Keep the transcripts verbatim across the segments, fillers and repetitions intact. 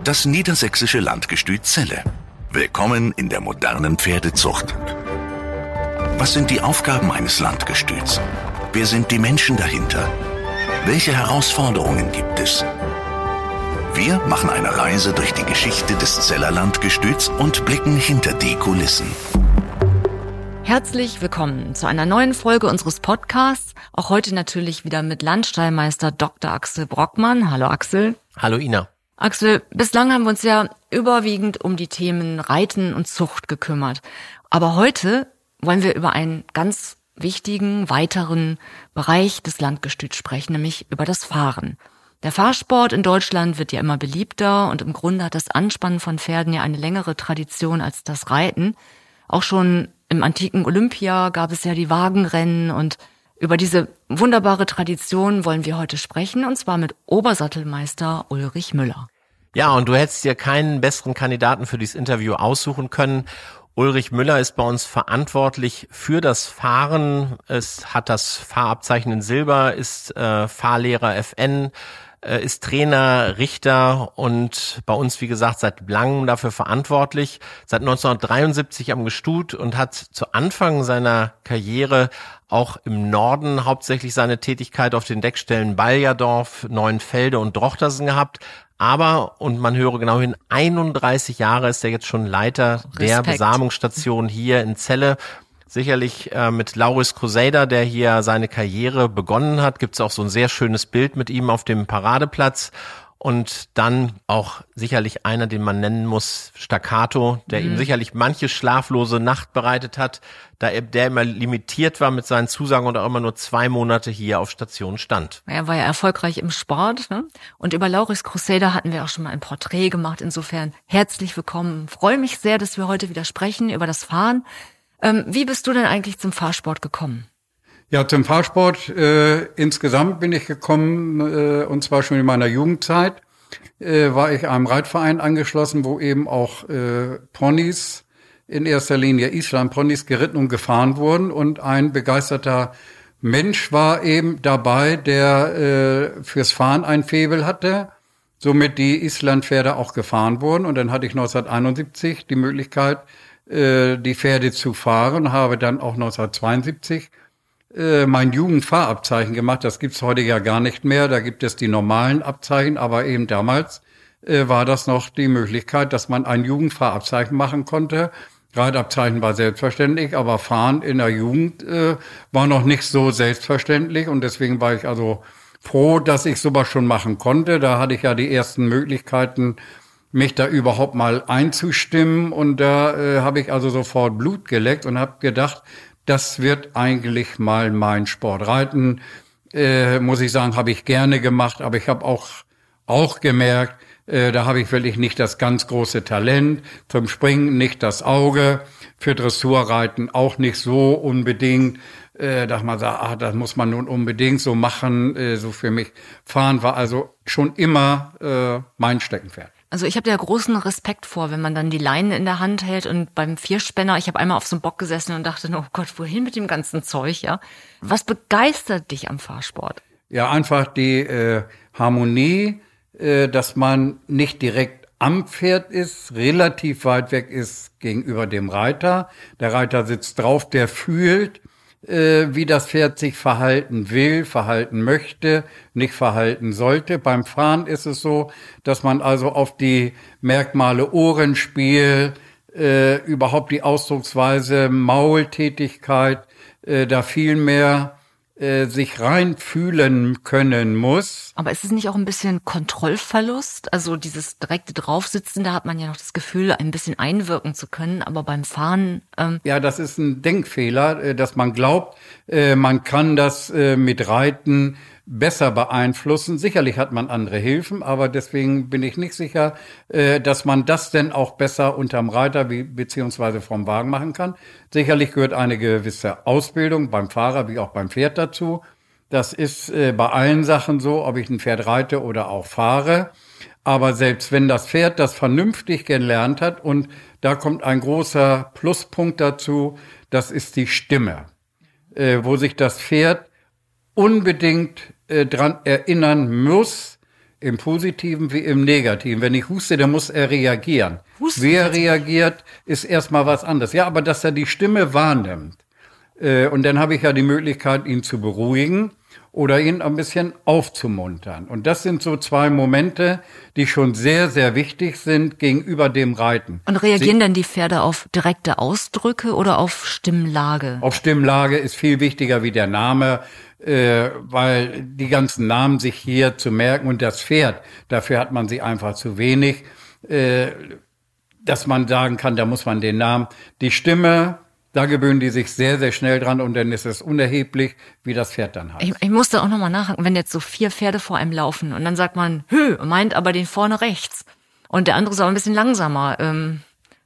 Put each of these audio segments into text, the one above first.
Das niedersächsische Landgestüt Celle. Willkommen in der modernen Pferdezucht. Was sind die Aufgaben eines Landgestüts? Wer sind die Menschen dahinter? Welche Herausforderungen gibt es? Wir machen eine Reise durch die Geschichte des Celler Landgestüts und blicken hinter die Kulissen. Herzlich willkommen zu einer neuen Folge unseres Podcasts. Auch heute natürlich wieder mit Landstallmeister Doktor Axel Brockmann. Hallo Axel. Hallo Ina. Axel, bislang haben wir uns ja überwiegend um die Themen Reiten und Zucht gekümmert. Aber heute wollen wir über einen ganz wichtigen weiteren Bereich des Landgestüts sprechen, nämlich über das Fahren. Der Fahrsport in Deutschland wird ja immer beliebter und im Grunde hat das Anspannen von Pferden ja eine längere Tradition als das Reiten. Auch schon im antiken Olympia gab es ja die Wagenrennen und über diese wunderbare Tradition wollen wir heute sprechen, und zwar mit Obersattelmeister Ulrich Müller. Ja, und du hättest dir keinen besseren Kandidaten für dieses Interview aussuchen können. Ulrich Müller ist bei uns verantwortlich für das Fahren. Es hat das Fahrabzeichen in Silber, ist äh, Fahrlehrer F N, äh, ist Trainer, Richter und bei uns, wie gesagt, seit langem dafür verantwortlich. Seit neunzehnhundertdreiundsiebzig am Gestüt und hat zu Anfang seiner Karriere auch im Norden hauptsächlich seine Tätigkeit auf den Deckstellen Baljadorf, Neuenfelde und Drochtersen gehabt. Aber, und man höre genau hin, einunddreißig Jahre ist er jetzt schon Leiter Respekt. Der Besamungsstation hier in Celle. Sicherlich äh, mit Lauris Crusader, der hier seine Karriere begonnen hat, gibt's auch so ein sehr schönes Bild mit ihm auf dem Paradeplatz. Und dann auch sicherlich einer, den man nennen muss, Staccato, der mhm. ihm sicherlich manche schlaflose Nacht bereitet hat, da er, der immer limitiert war mit seinen Zusagen und auch immer nur zwei Monate hier auf Station stand. Er war ja erfolgreich im Sport, ne? Und über Lauris Crusader hatten wir auch schon mal ein Porträt gemacht. Insofern herzlich willkommen. Freue mich sehr, dass wir heute wieder sprechen über das Fahren. Ähm, wie bist du denn eigentlich zum Fahrsport gekommen? Ja, zum Fahrsport äh, insgesamt bin ich gekommen, äh, und zwar schon in meiner Jugendzeit, äh, war ich einem Reitverein angeschlossen, wo eben auch äh, Ponys, in erster Linie Island-Ponys, geritten und gefahren wurden. Und ein begeisterter Mensch war eben dabei, der äh, fürs Fahren ein Faible hatte, somit die Island-Pferde auch gefahren wurden. Und dann hatte ich neunzehnhunderteinundsiebzig die Möglichkeit, äh, die Pferde zu fahren, habe dann auch neunzehnhundertzweiundsiebzig mein Jugendfahrabzeichen gemacht. Das gibt's heute ja gar nicht mehr. Da gibt es die normalen Abzeichen, aber eben damals äh, war das noch die Möglichkeit, dass man ein Jugendfahrabzeichen machen konnte. Reitabzeichen war selbstverständlich, aber Fahren in der Jugend äh, war noch nicht so selbstverständlich und deswegen war ich also froh, dass ich sowas schon machen konnte. Da hatte ich ja die ersten Möglichkeiten, mich da überhaupt mal einzustimmen und da äh, habe ich also sofort Blut geleckt und habe gedacht, das wird eigentlich mal mein Sport. Reiten, äh, muss ich sagen, habe ich gerne gemacht, aber ich habe auch auch gemerkt, äh, da habe ich wirklich nicht das ganz große Talent. Zum Springen nicht das Auge, für Dressurreiten auch nicht so unbedingt. Äh, dass man sagt, ah, das muss man nun unbedingt so machen. Äh, so für mich Fahren war also schon immer äh, mein Steckenpferd. Also ich habe da großen Respekt vor, wenn man dann die Leine in der Hand hält und beim Vierspänner, ich habe einmal auf so einem Bock gesessen und dachte, oh Gott, wohin mit dem ganzen Zeug, ja? Was begeistert dich am Fahrsport? Ja, einfach die äh, Harmonie, äh, dass man nicht direkt am Pferd ist, relativ weit weg ist gegenüber dem Reiter. Der Reiter sitzt drauf, der fühlt, äh, wie das Pferd sich verhalten will, verhalten möchte, nicht verhalten sollte. Beim Fahren ist es so, dass man also auf die Merkmale Ohrenspiel, äh, überhaupt die Ausdrucksweise, Maultätigkeit, äh, da viel mehr äh, sich reinfühlen können muss. Aber ist es nicht auch ein bisschen Kontrollverlust? Also dieses direkte Draufsitzen, da hat man ja noch das Gefühl, ein bisschen einwirken zu können, aber beim Fahren... Ähm ja, das ist ein Denkfehler, dass man glaubt, man kann das mit Reiten besser beeinflussen. Sicherlich hat man andere Hilfen, aber deswegen bin ich nicht sicher, dass man das denn auch besser unterm Reiter wie, beziehungsweise vom Wagen machen kann. Sicherlich gehört eine gewisse Ausbildung beim Fahrer wie auch beim Pferd dazu. Das ist äh, bei allen Sachen so, ob ich ein Pferd reite oder auch fahre. Aber selbst wenn das Pferd das vernünftig gelernt hat, und da kommt ein großer Pluspunkt dazu, das ist die Stimme, äh, wo sich das Pferd unbedingt äh, dran erinnern muss, Im Positiven wie im Negativen. Wenn ich huste, dann muss er reagieren. Husten Wer reagiert, ist erstmal was anderes. Ja, aber dass er die Stimme wahrnimmt. Äh, und dann habe ich ja die Möglichkeit, ihn zu beruhigen oder ihn ein bisschen aufzumuntern. Und das sind so zwei Momente, die schon sehr, sehr wichtig sind gegenüber dem Reiten. Und reagieren dann die Pferde auf direkte Ausdrücke oder auf Stimmlage? Auf Stimmlage ist viel wichtiger wie der Name, äh, weil die ganzen Namen sich hier zu merken und das Pferd, dafür hat man sie einfach zu wenig, äh, dass man sagen kann, da muss man den Namen, die Stimme, da gewöhnen die sich sehr, sehr schnell dran und dann ist es unerheblich, wie das Pferd dann heißt. Ich, ich musste auch nochmal nachhaken, wenn jetzt so vier Pferde vor einem laufen und dann sagt man, hö, meint aber den vorne rechts und der andere ist aber ein bisschen langsamer. Ähm,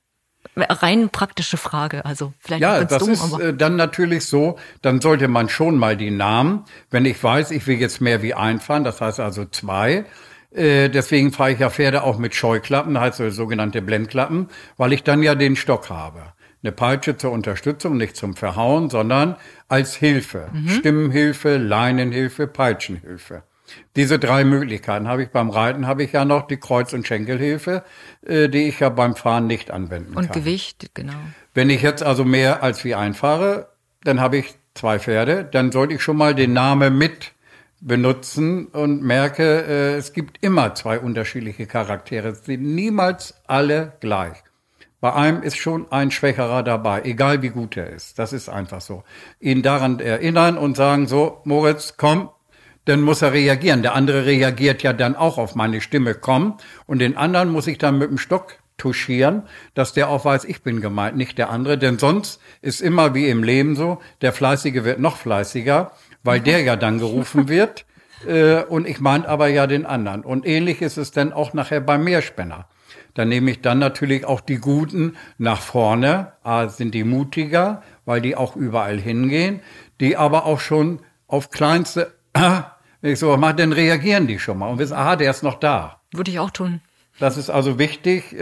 rein praktische Frage, also vielleicht ja, ganz das dumm, ist aber äh, dann natürlich so, dann sollte man schon mal die Namen, wenn ich weiß, ich will jetzt mehr wie einfahren, das heißt also zwei, äh, deswegen fahre ich ja Pferde auch mit Scheuklappen, das heißt so sogenannte Blendklappen, weil ich dann ja den Stock habe. Eine Peitsche zur Unterstützung, nicht zum Verhauen, sondern als Hilfe. Mhm. Stimmenhilfe, Leinenhilfe, Peitschenhilfe. Diese drei Möglichkeiten habe ich beim Reiten, habe ich ja noch die Kreuz- und Schenkelhilfe, äh, die ich ja beim Fahren nicht anwenden und kann. Und Gewicht, genau. Wenn ich jetzt also mehr als wie einfahre, dann habe ich zwei Pferde, dann sollte ich schon mal den Namen mit benutzen und merke, äh, es gibt immer zwei unterschiedliche Charaktere. Es sind niemals alle gleich. Bei einem ist schon ein Schwächerer dabei, egal wie gut er ist. Das ist einfach so. Ihn daran erinnern und sagen so, Moritz, komm, dann muss er reagieren. Der andere reagiert ja dann auch auf meine Stimme, komm. Und den anderen muss ich dann mit dem Stock touchieren, dass der auch weiß, ich bin gemeint, nicht der andere. Denn sonst ist immer wie im Leben so, der Fleißige wird noch fleißiger, weil der ja dann gerufen wird. Äh, und ich meint aber ja den anderen. Und ähnlich ist es dann auch nachher beim Mehrspänner. Dann nehme ich dann natürlich auch die Guten nach vorne. A, sind die mutiger, weil die auch überall hingehen. Die aber auch schon auf kleinste, wenn ich so mache, dann reagieren die schon mal und wissen, aha, der ist noch da. Würde ich auch tun. Das ist also wichtig,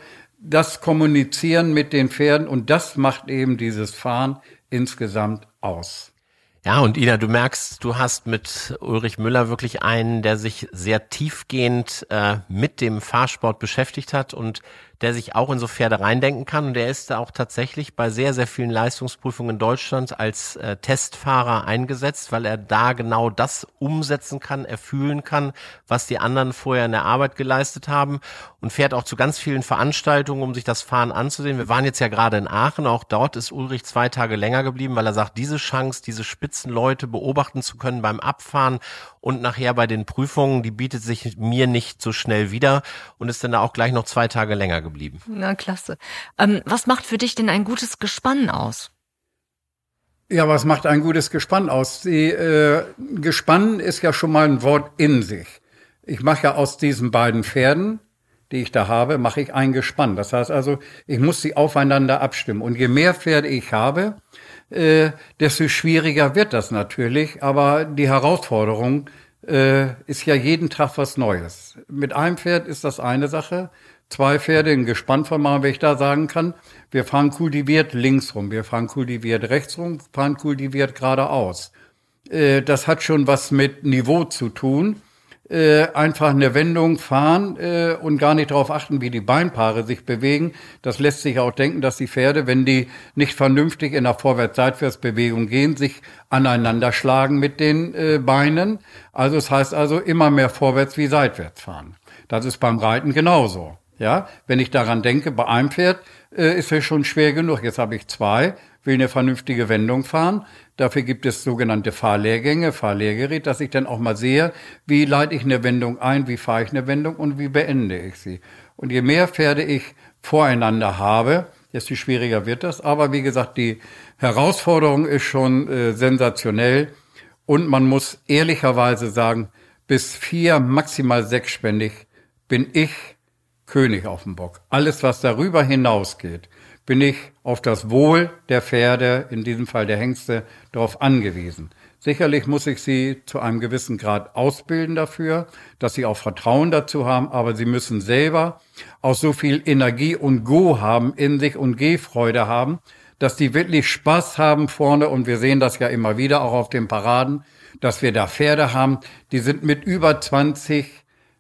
das Kommunizieren mit den Pferden und das macht eben dieses Fahren insgesamt aus. Ja, und Ina, du merkst, du hast mit Ulrich Müller wirklich einen, der sich sehr tiefgehend äh, mit dem Fahrsport beschäftigt hat und der sich auch in so Pferde reindenken kann. Und der ist da auch tatsächlich bei sehr, sehr vielen Leistungsprüfungen in Deutschland als äh, Testfahrer eingesetzt, weil er da genau das umsetzen kann, erfühlen kann, was die anderen vorher in der Arbeit geleistet haben und fährt auch zu ganz vielen Veranstaltungen, um sich das Fahren anzusehen. Wir waren jetzt ja gerade in Aachen, auch dort ist Ulrich zwei Tage länger geblieben, weil er sagt, diese Chance, diese Spitzenleute beobachten zu können beim Abfahren und nachher bei den Prüfungen, die bietet sich mir nicht so schnell wieder und ist dann da auch gleich noch zwei Tage länger geblieben. Na, klasse. Ähm, was macht für dich denn ein gutes Gespann aus? Ja, was macht ein gutes Gespann aus? Die, äh, Gespann ist ja schon mal ein Wort in sich. Ich mache ja aus diesen beiden Pferden, die ich da habe, mache ich ein Gespann. Das heißt also, ich muss sie aufeinander abstimmen. Und je mehr Pferde ich habe, äh, desto schwieriger wird das natürlich. Aber die Herausforderung äh, ist ja jeden Tag was Neues. Mit einem Pferd ist das eine Sache. Zwei Pferde, ein Gespann von mal, wenn ich da sagen kann, wir fahren kultiviert links rum, wir fahren kultiviert rechts rum, fahren kultiviert geradeaus. Äh, das hat schon was mit Niveau zu tun. Äh, einfach eine Wendung fahren äh, und gar nicht darauf achten, wie die Beinpaare sich bewegen. Das lässt sich auch denken, dass die Pferde, wenn die nicht vernünftig in der Vorwärts-Seitwärts-Bewegung gehen, sich aneinander schlagen mit den äh, Beinen. Also es heißt also immer mehr vorwärts wie seitwärts fahren. Das ist beim Reiten genauso. Ja, wenn ich daran denke, bei einem Pferd äh, ist es schon schwer genug. Jetzt habe ich zwei, will eine vernünftige Wendung fahren. Dafür gibt es sogenannte Fahrlehrgänge, Fahrlehrgerät, dass ich dann auch mal sehe, wie leite ich eine Wendung ein, wie fahre ich eine Wendung und wie beende ich sie. Und je mehr Pferde ich voreinander habe, desto schwieriger wird das. Aber wie gesagt, die Herausforderung ist schon äh, sensationell. Und man muss ehrlicherweise sagen, bis vier, maximal sechsspännig bin ich König auf dem Bock. Alles, was darüber hinausgeht, bin ich auf das Wohl der Pferde, in diesem Fall der Hengste, darauf angewiesen. Sicherlich muss ich sie zu einem gewissen Grad ausbilden dafür, dass sie auch Vertrauen dazu haben, aber sie müssen selber auch so viel Energie und Go haben in sich und Gehfreude haben, dass die wirklich Spaß haben vorne, und wir sehen das ja immer wieder auch auf den Paraden, dass wir da Pferde haben, die sind mit über zwanzig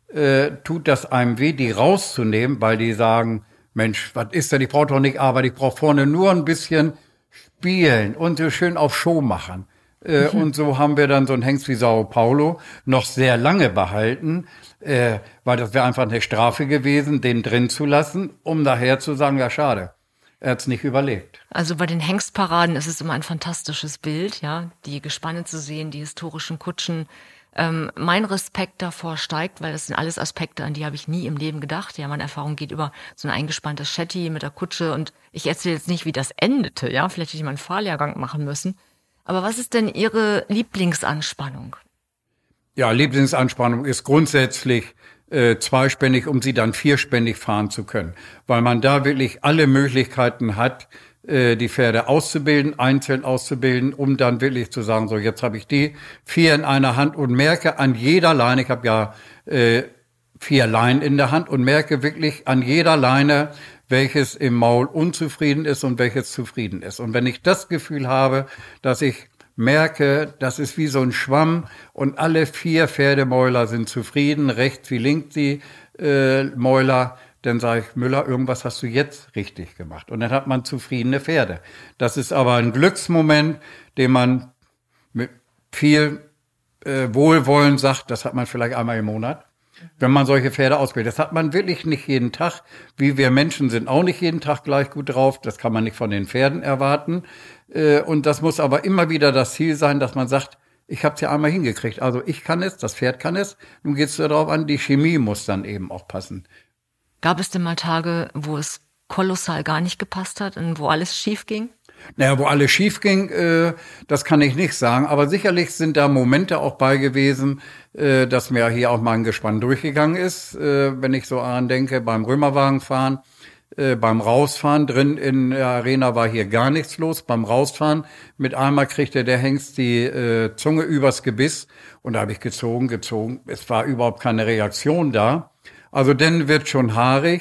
äh, tut das einem weh, die rauszunehmen, weil die sagen, Mensch, was ist denn, ich brauche doch nicht Arbeit, ich brauche vorne nur ein bisschen spielen und so schön auf Show machen. Äh, mhm. Und so haben wir dann so einen Hengst wie Sao Paulo noch sehr lange behalten, äh, weil das wäre einfach eine Strafe gewesen, den drin zu lassen, um nachher zu sagen, ja schade, er hat's nicht überlebt. Also bei den Hengstparaden ist es immer ein fantastisches Bild, ja, die Gespanne zu sehen, die historischen Kutschen. Ähm, mein Respekt davor steigt, weil das sind alles Aspekte, an die habe ich nie im Leben gedacht. Ja, meine Erfahrung geht über so ein eingespanntes Shetty mit der Kutsche und ich erzähle jetzt nicht, wie das endete, ja, vielleicht hätte ich mal einen Fahrlehrgang machen müssen. Aber was ist denn Ihre Lieblingsanspannung? Ja, Lieblingsanspannung ist grundsätzlich äh, zweispännig, um sie dann vierspännig fahren zu können, weil man da wirklich alle Möglichkeiten hat, äh, die Pferde auszubilden, einzeln auszubilden, um dann wirklich zu sagen, so jetzt habe ich die vier in einer Hand und merke an jeder Leine, ich habe ja äh, vier Leinen in der Hand und merke wirklich an jeder Leine, welches im Maul unzufrieden ist und welches zufrieden ist. Und wenn ich das Gefühl habe, dass ich merke, das ist wie so ein Schwamm und alle vier Pferdemäuler sind zufrieden, rechts wie links die äh, Mäuler, dann sage ich, Müller, irgendwas hast du jetzt richtig gemacht. Und dann hat man zufriedene Pferde. Das ist aber ein Glücksmoment, den man mit viel äh, Wohlwollen sagt, das hat man vielleicht einmal im Monat, wenn man solche Pferde ausbildet. Das hat man wirklich nicht jeden Tag. Wie wir Menschen sind auch nicht jeden Tag gleich gut drauf. Das kann man nicht von den Pferden erwarten. Und das muss aber immer wieder das Ziel sein, dass man sagt, ich habe es ja einmal hingekriegt. Also ich kann es, das Pferd kann es. Nun geht es darauf an, die Chemie muss dann eben auch passen. Gab es denn mal Tage, wo es kolossal gar nicht gepasst hat und wo alles schief ging? Naja, wo alles schief ging, äh, das kann ich nicht sagen. Aber sicherlich sind da Momente auch bei gewesen, äh, dass mir hier auch mal ein Gespann durchgegangen ist. Äh, wenn ich so daran denke, beim Römerwagenfahren, äh, beim Rausfahren drin in der Arena war hier gar nichts los. Beim Rausfahren mit einmal kriegte der Hengst die äh, Zunge übers Gebiss und da habe ich gezogen, gezogen. Es war überhaupt keine Reaktion da. Also dann wird schon haarig.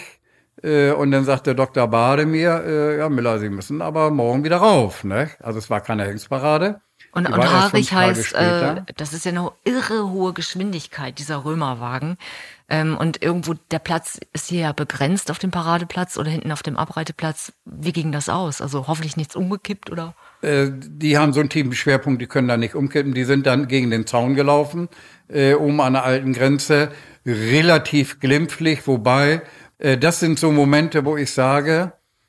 Und dann sagt der Doktor Bade mir, äh, ja Müller, Sie müssen aber morgen wieder rauf. Ne? Also es war keine Hengstparade. Und, und haarig heißt, äh, das ist ja eine irre hohe Geschwindigkeit, dieser Römerwagen. Ähm, und irgendwo, der Platz ist hier ja begrenzt auf dem Paradeplatz oder hinten auf dem Abreiteplatz. Wie ging das aus? Also hoffentlich nichts umgekippt, oder? Äh, die haben so einen tiefen Schwerpunkt, die können da nicht umkippen. Die sind dann gegen den Zaun gelaufen, äh, oben an der alten Grenze. Relativ glimpflich, wobei... Das sind so Momente, wo ich sage,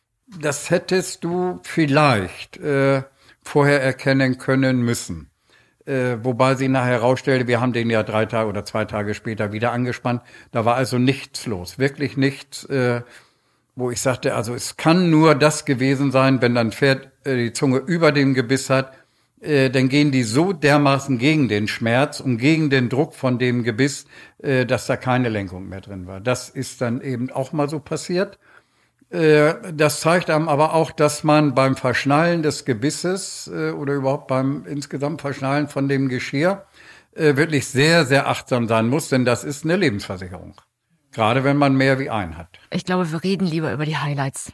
das hättest du vielleicht äh, vorher erkennen können müssen. Äh, wobei sie nachher herausstellte, wir haben den ja drei Tage oder zwei Tage später wieder angespannt. Da war also nichts los, wirklich nichts, äh, wo ich sagte, also es kann nur das gewesen sein, wenn dann Pferd äh, die Zunge über dem Gebiss hat, äh, dann gehen die so dermaßen gegen den Schmerz und gegen den Druck von dem Gebiss, äh, dass da keine Lenkung mehr drin war. Das ist dann eben auch mal so passiert. Äh, das zeigt einem aber auch, dass man beim Verschnallen des Gebisses äh, oder überhaupt beim insgesamt Verschnallen von dem Geschirr äh, wirklich sehr, sehr achtsam sein muss, denn das ist eine Lebensversicherung. Gerade wenn man mehr wie einen hat. Ich glaube, wir reden lieber über die Highlights.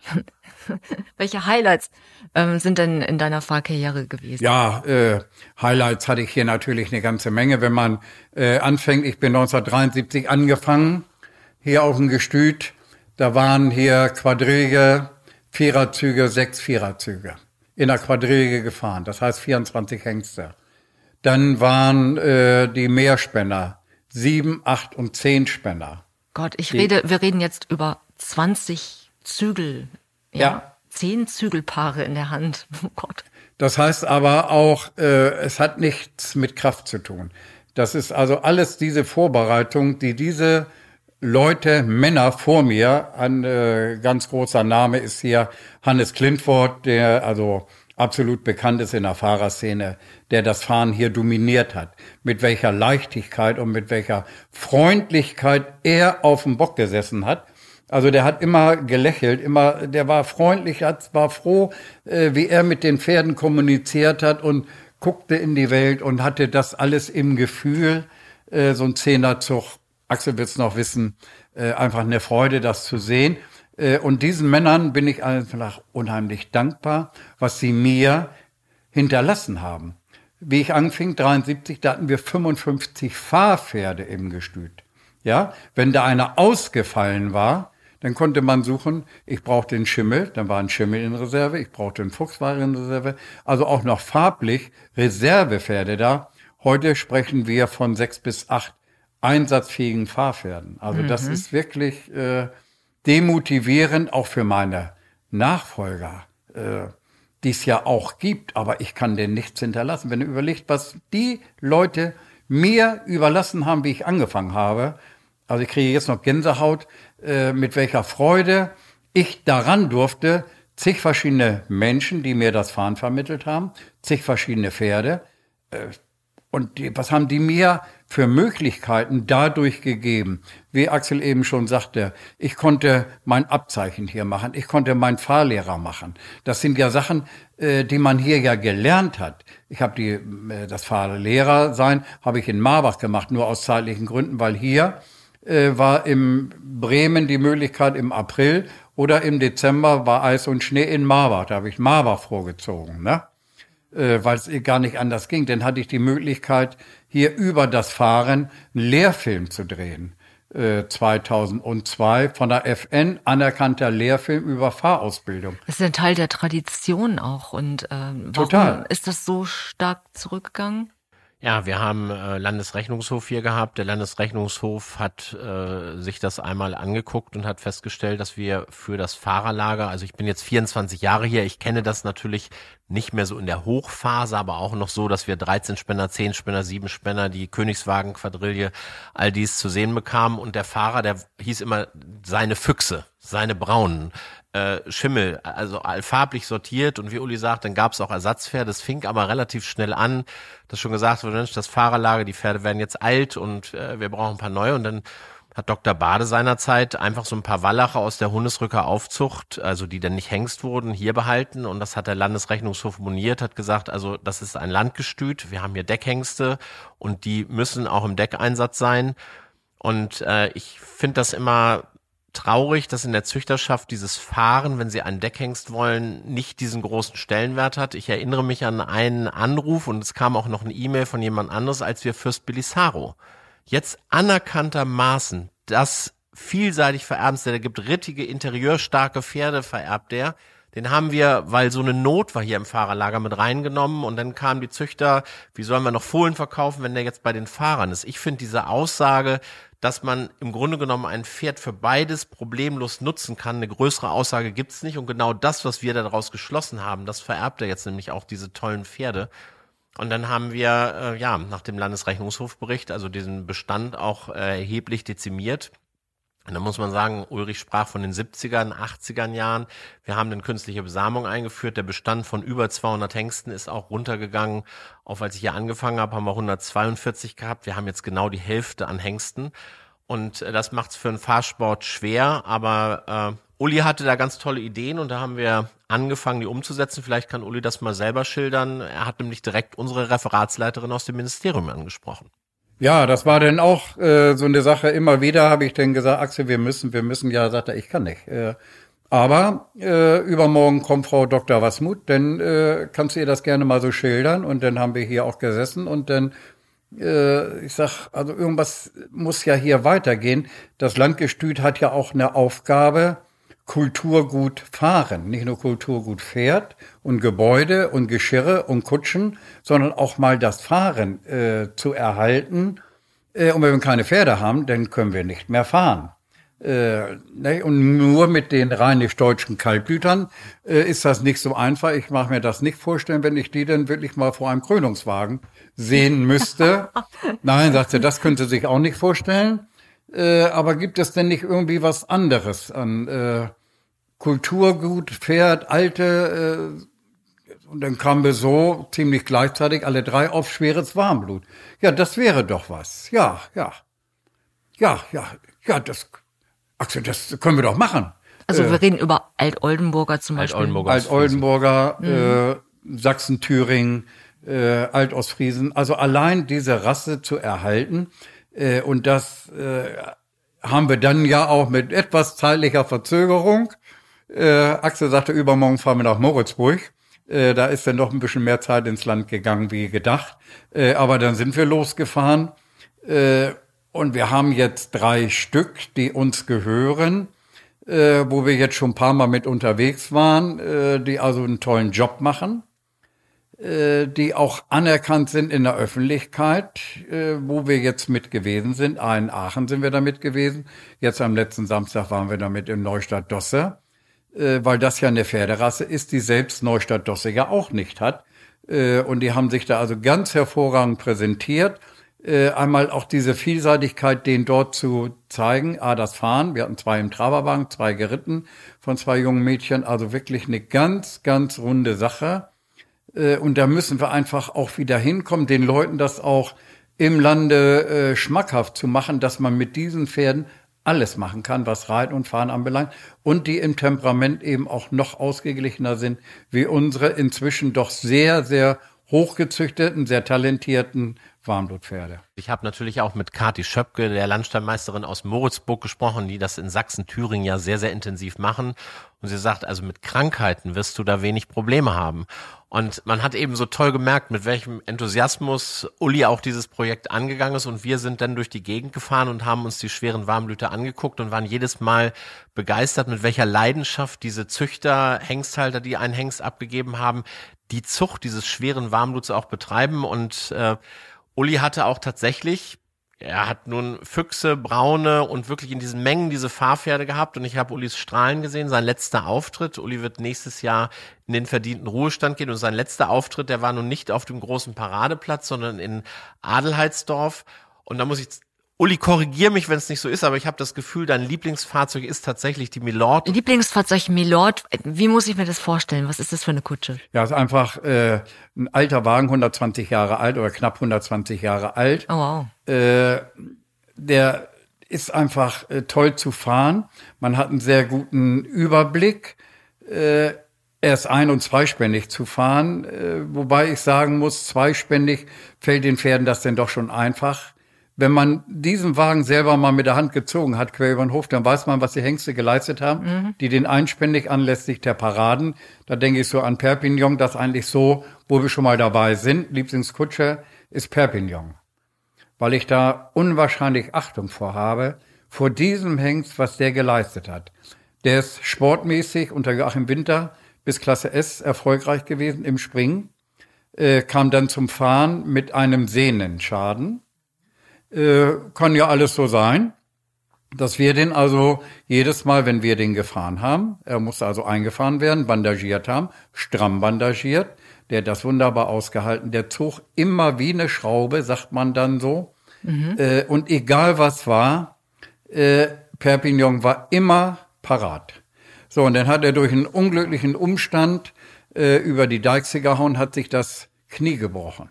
Welche Highlights ähm, sind denn in deiner Fahrkarriere gewesen? Ja, äh, Highlights hatte ich hier natürlich eine ganze Menge. Wenn man äh, anfängt, ich bin neunzehnhundertdreiundsiebzig angefangen, hier auf dem Gestüt, da waren hier Quadrige, Viererzüge, sechs Viererzüge in der Quadrige gefahren. Das heißt vierundzwanzig Hengste. Dann waren äh, die Mehrspänner, sieben, acht und zehn Spänner. Gott, ich rede, wir reden jetzt über zwanzig Zügel. Ja. ja. Zehn Zügelpaare in der Hand. Oh Gott. Das heißt aber auch, äh, es hat nichts mit Kraft zu tun. Das ist also alles diese Vorbereitung, die diese Leute, Männer vor mir, ein äh, ganz großer Name ist hier Hannes Klintfort, der also absolut bekannt ist in der Fahrerszene, der das Fahren hier dominiert hat. Mit welcher Leichtigkeit und mit welcher Freundlichkeit er auf dem Bock gesessen hat. Also der hat immer gelächelt, immer, der war freundlich, hat, war froh, äh, wie er mit den Pferden kommuniziert hat und guckte in die Welt und hatte das alles im Gefühl, äh, so ein Zehnerzug, Axel wird's noch wissen, äh, einfach eine Freude, das zu sehen. Äh, und diesen Männern bin ich einfach unheimlich dankbar, was sie mir hinterlassen haben. Wie ich anfing, dreiundsiebzig, da hatten wir fünfundfünfzig Fahrpferde im Gestüt. Ja, wenn da einer ausgefallen war, dann konnte man suchen, ich brauchte den Schimmel, dann war ein Schimmel in Reserve, ich brauchte einen Fuchs war in Reserve, also auch noch farblich Reservepferde da. Heute sprechen wir von sechs bis acht einsatzfähigen Fahrpferden. Also mhm. das ist wirklich äh, demotivierend, auch für meine Nachfolger, äh, die es ja auch gibt, aber ich kann denen nichts hinterlassen. Wenn du überlegst, was die Leute mir überlassen haben, wie ich angefangen habe, also ich kriege jetzt noch Gänsehaut, äh, mit welcher Freude ich daran durfte, zig verschiedene Menschen, die mir das Fahren vermittelt haben, zig verschiedene Pferde. Äh, und die, was haben die mir für Möglichkeiten dadurch gegeben? Wie Axel eben schon sagte, ich konnte mein Abzeichen hier machen, ich konnte meinen Fahrlehrer machen. Das sind ja Sachen, äh, die man hier ja gelernt hat. Ich habe die äh, das Fahrlehrer sein, habe ich in Marbach gemacht, nur aus zeitlichen Gründen, weil hier äh, war im Bremen die Möglichkeit im April oder im Dezember war Eis und Schnee in Marbach. Da habe ich Marbach vorgezogen, ne? Äh, weil es gar nicht anders ging. Dann hatte ich die Möglichkeit, hier über das Fahren einen Lehrfilm zu drehen. Äh, zweitausendzwei von der F N, anerkannter Lehrfilm über Fahrausbildung. Das ist ein Teil der Tradition auch. Und äh, warum Total. ist das so stark zurückgegangen? Ja, wir haben äh, Landesrechnungshof hier gehabt. Der Landesrechnungshof hat äh, sich das einmal angeguckt und hat festgestellt, dass wir für das Fahrerlager, also ich bin jetzt vierundzwanzig Jahre hier, ich kenne das natürlich nicht mehr so in der Hochphase, aber auch noch so, dass wir dreizehn Spänner, zehn Spänner, sieben Spänner, die Königswagen-Quadrille, all dies zu sehen bekamen. Und der Fahrer, der hieß immer seine Füchse, seine Braunen. Äh, Schimmel, also farblich sortiert, und wie Uli sagt, dann gab es auch Ersatzpferde. Das fing aber relativ schnell an, dass schon gesagt wurde, Mensch, das Fahrerlager, die Pferde werden jetzt alt und äh, wir brauchen ein paar neue. Und dann hat Doktor Bade seinerzeit einfach so ein paar Wallache aus der Hundesrücker Aufzucht, also die dann nicht Hengst wurden, hier behalten, und das hat der Landesrechnungshof moniert, hat gesagt, also das ist ein Landgestüt, wir haben hier Deckhengste und die müssen auch im Deckeinsatz sein. Und äh, ich finde das immer traurig, dass in der Züchterschaft dieses Fahren, wenn sie einen Deckhengst wollen, nicht diesen großen Stellenwert hat. Ich erinnere mich an einen Anruf, und es kam auch noch eine E-Mail von jemand anderes, als wir Fürst Belisaro jetzt anerkanntermaßen das vielseitig vererbt, der gibt rittige, interieurstarke Pferde, vererbt der. Den haben wir, weil so eine Not war hier im Fahrerlager, mit reingenommen, und dann kamen die Züchter, wie sollen wir noch Fohlen verkaufen, wenn der jetzt bei den Fahrern ist? Ich finde diese Aussage, dass man im Grunde genommen ein Pferd für beides problemlos nutzen kann, eine größere Aussage gibt's nicht, und genau das, was wir daraus geschlossen haben, das vererbt er jetzt nämlich auch, diese tollen Pferde. Und dann haben wir, äh, ja, nach dem Landesrechnungshofbericht, also diesen Bestand auch äh, erheblich dezimiert. Und da muss man sagen, Ulrich sprach von den siebzigern, achtzigern Jahren. Wir haben dann künstliche Besamung eingeführt. Der Bestand von über zweihundert Hengsten ist auch runtergegangen. Auf als ich hier angefangen habe, haben wir hundertzweiundvierzig gehabt. Wir haben jetzt genau die Hälfte an Hengsten. Und äh, das macht es für einen Fahrsport schwer. Aber äh, Uli hatte da ganz tolle Ideen, und da haben wir angefangen, die umzusetzen. Vielleicht kann Uli das mal selber schildern. Er hat nämlich direkt unsere Referatsleiterin aus dem Ministerium angesprochen. Ja, das war dann auch äh, so eine Sache. Immer wieder habe ich dann gesagt, Axel, wir müssen, wir müssen. Ja, sagt er, ich kann nicht. Äh, aber äh, übermorgen kommt Frau Doktor Wasmuth, dann äh, kannst du ihr das gerne mal so schildern. Und dann haben wir hier auch gesessen, und dann, äh, ich sag, also irgendwas muss ja hier weitergehen. Das Landgestüt hat ja auch eine Aufgabe, Kulturgut fahren, nicht nur Kulturgut Pferd und Gebäude und Geschirre und Kutschen, sondern auch mal das Fahren äh, zu erhalten. Äh, und wenn wir keine Pferde haben, dann können wir nicht mehr fahren. Äh, ne? Und nur mit den rheinisch-deutschen Kaltblütern äh, ist das nicht so einfach. Ich mache mir das nicht vorstellen, wenn ich die dann wirklich mal vor einem Krönungswagen sehen müsste. Nein, sagt sie, das könnte sie sich auch nicht vorstellen. Äh, aber gibt es denn nicht irgendwie was anderes an äh, Kulturgut, Pferd, alte, äh, und dann kamen wir so ziemlich gleichzeitig alle drei auf schweres Warmblut. Ja, das wäre doch was. Ja, ja. Ja, ja, ja, das, Axel, das können wir doch machen. Also äh, wir reden über Alt-Oldenburger zum Beispiel. Alt-Oldenburger, Alt-Oldenburger, mhm. äh, Sachsen-Thüringen, äh, Alt-Ostfriesen. Also allein diese Rasse zu erhalten, äh, und das äh, haben wir dann ja auch mit etwas zeitlicher Verzögerung. Äh, Axel sagte, übermorgen fahren wir nach Moritzburg. Äh, da ist dann doch ein bisschen mehr Zeit ins Land gegangen, wie gedacht. Äh, aber dann sind wir losgefahren. Äh, und wir haben jetzt drei Stück, die uns gehören, äh, wo wir jetzt schon ein paar Mal mit unterwegs waren, äh, die also einen tollen Job machen, äh, die auch anerkannt sind in der Öffentlichkeit, äh, wo wir jetzt mit gewesen sind. Ah, in Aachen sind wir damit gewesen. Jetzt am letzten Samstag waren wir damit in Neustadt-Dosse, äh, weil das ja eine Pferderasse ist, die selbst Neustadt-Dosse ja auch nicht hat. Äh, und die haben sich da also ganz hervorragend präsentiert. Äh, einmal auch diese Vielseitigkeit, denen dort zu zeigen. Ah, das Fahren. Wir hatten zwei im Traberwagen, zwei geritten von zwei jungen Mädchen. Also wirklich eine ganz, ganz runde Sache. Äh, und da müssen wir einfach auch wieder hinkommen, den Leuten das auch im Lande äh, schmackhaft zu machen, dass man mit diesen Pferden alles machen kann, was Reiten und Fahren anbelangt. Und die im Temperament eben auch noch ausgeglichener sind, wie unsere inzwischen doch sehr, sehr hochgezüchteten, sehr talentierten Warmblutpferde. Ich habe natürlich auch mit Kathi Schöpke, der Landstallmeisterin aus Moritzburg, gesprochen, die das in Sachsen, Thüringen ja sehr, sehr intensiv machen. Und sie sagt, also mit Krankheiten wirst du da wenig Probleme haben. Und man hat eben so toll gemerkt, mit welchem Enthusiasmus Uli auch dieses Projekt angegangen ist. Und wir sind dann durch die Gegend gefahren und haben uns die schweren Warmblüter angeguckt und waren jedes Mal begeistert, mit welcher Leidenschaft diese Züchter, Hengsthalter, die einen Hengst abgegeben haben, die Zucht dieses schweren Warmbluts auch betreiben. Und äh, Uli hatte auch tatsächlich, er hat nun Füchse, Braune und wirklich in diesen Mengen diese Fahrpferde gehabt und ich habe Ulis Strahlen gesehen, sein letzter Auftritt. Uli wird nächstes Jahr in den verdienten Ruhestand gehen und sein letzter Auftritt, der war nun nicht auf dem großen Paradeplatz, sondern in Adelheidsdorf. Und da muss ich, Uli, korrigier mich, wenn es nicht so ist, aber ich habe das Gefühl, dein Lieblingsfahrzeug ist tatsächlich die Milord. Lieblingsfahrzeug Milord, wie muss ich mir das vorstellen? Was ist das für eine Kutsche? Ja, ist einfach äh, ein alter Wagen, hundertzwanzig Jahre alt oder knapp hundertzwanzig Jahre alt. Oh wow. Äh, der ist einfach äh, toll zu fahren. Man hat einen sehr guten Überblick. Äh, er ist ein- und zweispännig zu fahren, äh, wobei ich sagen muss, zweispännig fällt den Pferden das denn doch schon einfach. Wenn man diesen Wagen selber mal mit der Hand gezogen hat, quer über den Hof, dann weiß man, was die Hengste geleistet haben, mhm. die den einspännig anlässlich der Paraden. Da denke ich so an Perpignan, das eigentlich so, wo wir schon mal dabei sind. Lieblingskutsche ist Perpignan. Weil ich da unwahrscheinlich Achtung vor habe, vor diesem Hengst, was der geleistet hat. Der ist sportmäßig unter Joachim Winter bis Klasse S erfolgreich gewesen im Springen, äh, kam dann zum Fahren mit einem Sehnenschaden. Äh, kann ja alles so sein, dass wir den also jedes Mal, wenn wir den gefahren haben, er musste also eingefahren werden, bandagiert haben, stramm bandagiert, der hat das wunderbar ausgehalten, der zog immer wie eine Schraube, sagt man dann so, mhm. äh, und egal was war, äh, Perpignan war immer parat. So, und dann hat er durch einen unglücklichen Umstand äh, über die Deichse gehauen, hat sich das Knie gebrochen.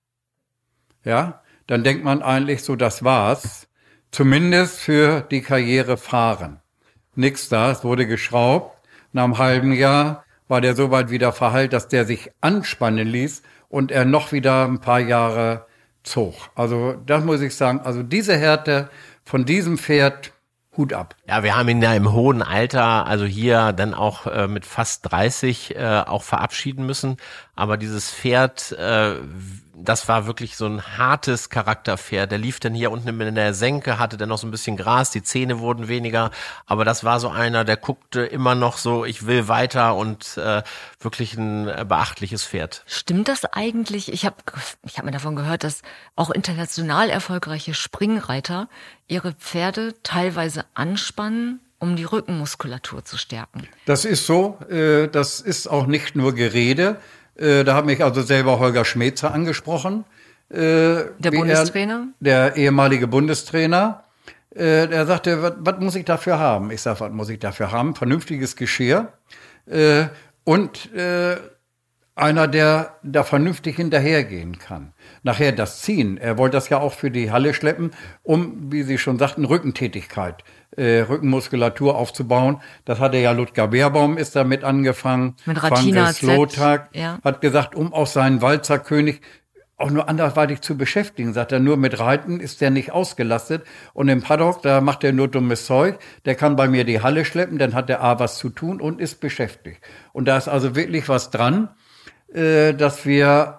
Ja, dann denkt man eigentlich so, das war's. Zumindest für die Karriere fahren. Nix da, es wurde geschraubt. Nach einem halben Jahr war der so weit wieder verheilt, dass der sich anspannen ließ und er noch wieder ein paar Jahre zog. Also das muss ich sagen, also diese Härte von diesem Pferd, Hut ab. Ja, wir haben ihn ja im hohen Alter, also hier dann auch äh, mit fast dreißig äh, auch verabschieden müssen. Aber dieses Pferd, äh, das war wirklich so ein hartes Charakterpferd. Der lief dann hier unten in der Senke, hatte dann noch so ein bisschen Gras, die Zähne wurden weniger. Aber das war so einer, der guckte immer noch so, ich will weiter und äh, wirklich ein äh, beachtliches Pferd. Stimmt das eigentlich? Ich habe ich hab mir davon gehört, dass auch international erfolgreiche Springreiter ihre Pferde teilweise anspannen, um die Rückenmuskulatur zu stärken. Das ist so. Äh, das ist auch nicht nur Gerede. Äh, da hat mich also selber Holger Schmetzer angesprochen. Äh, der Bundestrainer? Er, der ehemalige Bundestrainer. Äh, der sagte, was muss ich dafür haben? Ich sage, was muss ich dafür haben? Vernünftiges Geschirr. Äh, und äh, einer, der da vernünftig hinterhergehen kann. Nachher das Ziehen. Er wollte das ja auch für die Halle schleppen, um, wie Sie schon sagten, Rückentätigkeit, äh, Rückenmuskulatur aufzubauen. Das hatte ja Ludger Beerbaum ist damit angefangen. Mit Ratina Slotak ja. hat gesagt, um auch seinen Walzerkönig auch nur anderweitig zu beschäftigen. Sagt er, nur mit Reiten ist der nicht ausgelastet. Und im Paddock, da macht er nur dummes Zeug. Der kann bei mir die Halle schleppen, dann hat der A was zu tun und ist beschäftigt. Und da ist also wirklich was dran, dass wir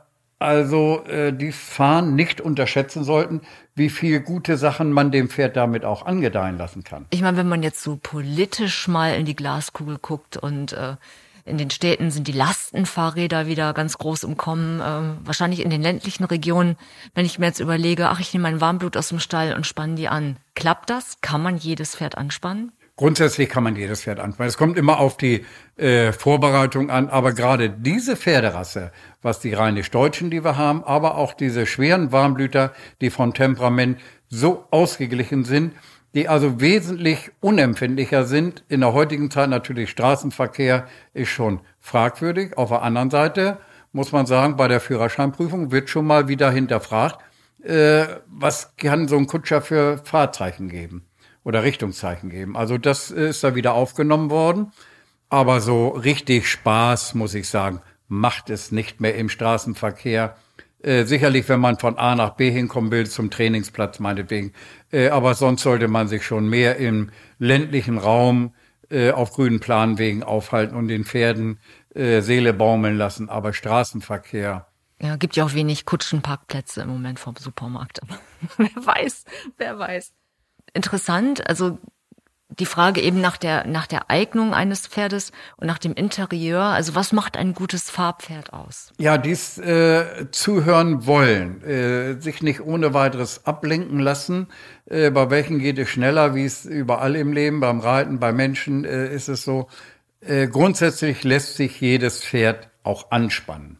also äh, die Fahren nicht unterschätzen sollten, wie viel gute Sachen man dem Pferd damit auch angedeihen lassen kann. Ich meine, wenn man jetzt so politisch mal in die Glaskugel guckt und äh, in den Städten sind die Lastenfahrräder wieder ganz groß im Kommen, äh, wahrscheinlich in den ländlichen Regionen, wenn ich mir jetzt überlege, ach, ich nehme mein Warmblut aus dem Stall und spanne die an. Klappt das? Kann man jedes Pferd anspannen? Grundsätzlich kann man jedes Pferd anspannen. Es kommt immer auf die äh, Vorbereitung an, aber gerade diese Pferderasse, was die rheinisch-deutschen, die wir haben, aber auch diese schweren Warmblüter, die vom Temperament so ausgeglichen sind, die also wesentlich unempfindlicher sind. In der heutigen Zeit natürlich Straßenverkehr ist schon fragwürdig. Auf der anderen Seite muss man sagen, bei der Führerscheinprüfung wird schon mal wieder hinterfragt, äh, was kann so ein Kutscher für Fahrzeichen geben oder Richtungszeichen geben. Also das ist da wieder aufgenommen worden. Aber so richtig Spaß, muss ich sagen, macht es nicht mehr im Straßenverkehr. Äh, sicherlich, wenn man von A nach B hinkommen will, zum Trainingsplatz meinetwegen. Äh, aber sonst sollte man sich schon mehr im ländlichen Raum äh, auf grünen Planwegen aufhalten und den Pferden äh, Seele baumeln lassen. Aber Straßenverkehr. Ja, gibt ja auch wenig Kutschenparkplätze im Moment vom Supermarkt. Aber wer weiß, wer weiß. Interessant, also die Frage eben nach der nach der Eignung eines Pferdes und nach dem Interieur. Also was macht ein gutes Fahrpferd aus? Ja, dies äh, zuhören wollen, äh, sich nicht ohne weiteres ablenken lassen. Äh, bei welchen geht es schneller, wie es überall im Leben, beim Reiten, bei Menschen äh, ist es so. Äh, grundsätzlich lässt sich jedes Pferd auch anspannen,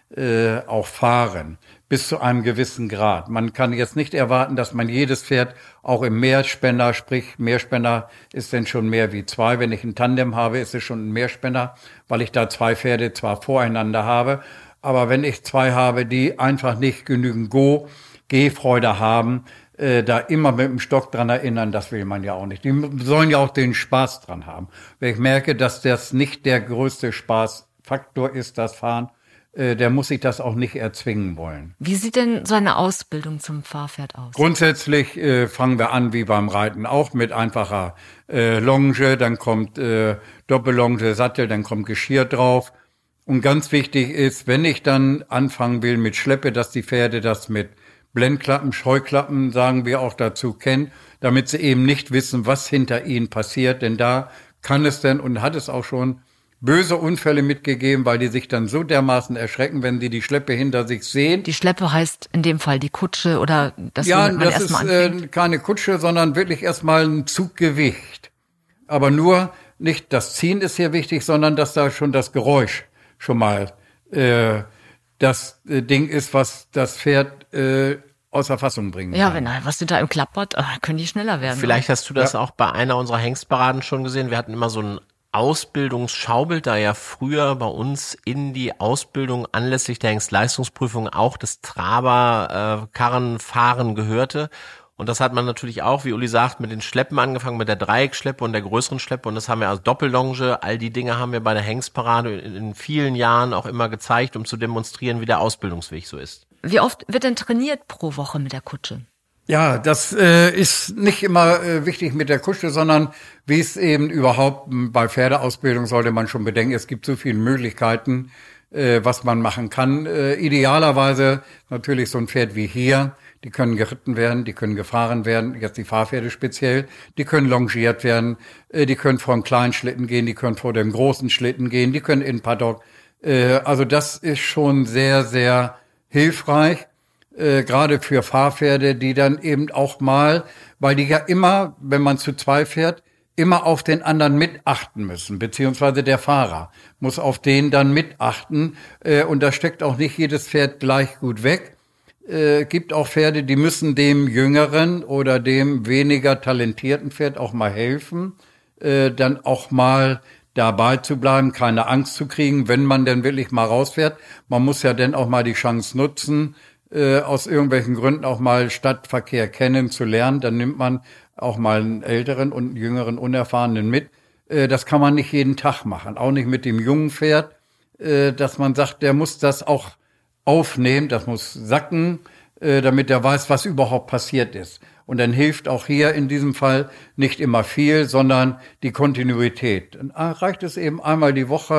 äh, auch fahren, bis zu einem gewissen Grad. Man kann jetzt nicht erwarten, dass man jedes Pferd auch im Mehrspänner, sprich Mehrspänner ist denn schon mehr wie zwei. Wenn ich ein Tandem habe, ist es schon ein Mehrspänner, weil ich da zwei Pferde zwar voreinander habe, aber wenn ich zwei habe, die einfach nicht genügend Go, Gehfreude haben, äh, da immer mit dem Stock dran erinnern, das will man ja auch nicht. Die sollen ja auch den Spaß dran haben. Wenn ich merke, dass das nicht der größte Spaßfaktor ist, das Fahren, der muss sich das auch nicht erzwingen wollen. Wie sieht denn so eine Ausbildung zum Fahrpferd aus? Grundsätzlich äh, fangen wir an wie beim Reiten auch mit einfacher äh, Longe, dann kommt äh, Doppellonge, Sattel, dann kommt Geschirr drauf. Und ganz wichtig ist, wenn ich dann anfangen will mit Schleppe, dass die Pferde das mit Blendklappen, Scheuklappen, sagen wir auch dazu, kennen, damit sie eben nicht wissen, was hinter ihnen passiert. Denn da kann es denn und hat es auch schon böse Unfälle mitgegeben, weil die sich dann so dermaßen erschrecken, wenn sie die Schleppe hinter sich sehen. Die Schleppe heißt in dem Fall die Kutsche oder das, ja, man das erstmal ist anfängt? äh, keine Kutsche, sondern wirklich erstmal ein Zuggewicht. Aber nur nicht das Ziehen ist hier wichtig, sondern dass da schon das Geräusch schon mal äh, das äh, Ding ist, was das Pferd äh, außer Fassung bringen Ja, kann. wenn da was hinter ihm klappert, äh, können die schneller werden. Vielleicht hast du das Ja. auch bei einer unserer Hengstparaden schon gesehen. Wir hatten immer so ein Ausbildungsschaubild, da ja früher bei uns in die Ausbildung anlässlich der Hengstleistungsprüfung auch das Traber-Karrenfahren äh, gehörte. Und das hat man natürlich auch, wie Uli sagt, mit den Schleppen angefangen, mit der Dreieckschleppe und der größeren Schleppe. Und das haben wir als Doppellonge. All die Dinge haben wir bei der Hengstparade in, in vielen Jahren auch immer gezeigt, um zu demonstrieren, wie der Ausbildungsweg so ist. Wie oft wird denn trainiert pro Woche mit der Kutsche? Ja, das äh, ist nicht immer äh, wichtig mit der Kutsche, sondern wie es eben überhaupt m, bei Pferdeausbildung sollte man schon bedenken, es gibt so viele Möglichkeiten, äh, was man machen kann. Äh, idealerweise natürlich so ein Pferd wie hier, die können geritten werden, die können gefahren werden, jetzt die Fahrpferde speziell, die können longiert werden, äh, die können vor einem kleinen Schlitten gehen, die können vor dem großen Schlitten gehen, die können in Paddock. Äh, also das ist schon sehr, sehr hilfreich. Äh, gerade für Fahrpferde, die dann eben auch mal, weil die ja immer, wenn man zu zwei fährt, immer auf den anderen mitachten müssen, beziehungsweise der Fahrer muss auf den dann mitachten. Äh, und da steckt auch nicht jedes Pferd gleich gut weg. Äh, gibt auch Pferde, die müssen dem jüngeren oder dem weniger talentierten Pferd auch mal helfen, äh, dann auch mal dabei zu bleiben, keine Angst zu kriegen, wenn man denn wirklich mal rausfährt. Man muss ja dann auch mal die Chance nutzen, Äh, aus irgendwelchen Gründen auch mal Stadtverkehr kennenzulernen, dann nimmt man auch mal einen älteren und einen jüngeren Unerfahrenen mit. Äh, das kann man nicht jeden Tag machen, auch nicht mit dem jungen Pferd, äh, dass man sagt, der muss das auch aufnehmen, das muss sacken, äh, damit er weiß, was überhaupt passiert ist. Und dann hilft auch hier in diesem Fall nicht immer viel, sondern die Kontinuität. Dann reicht es eben einmal die Woche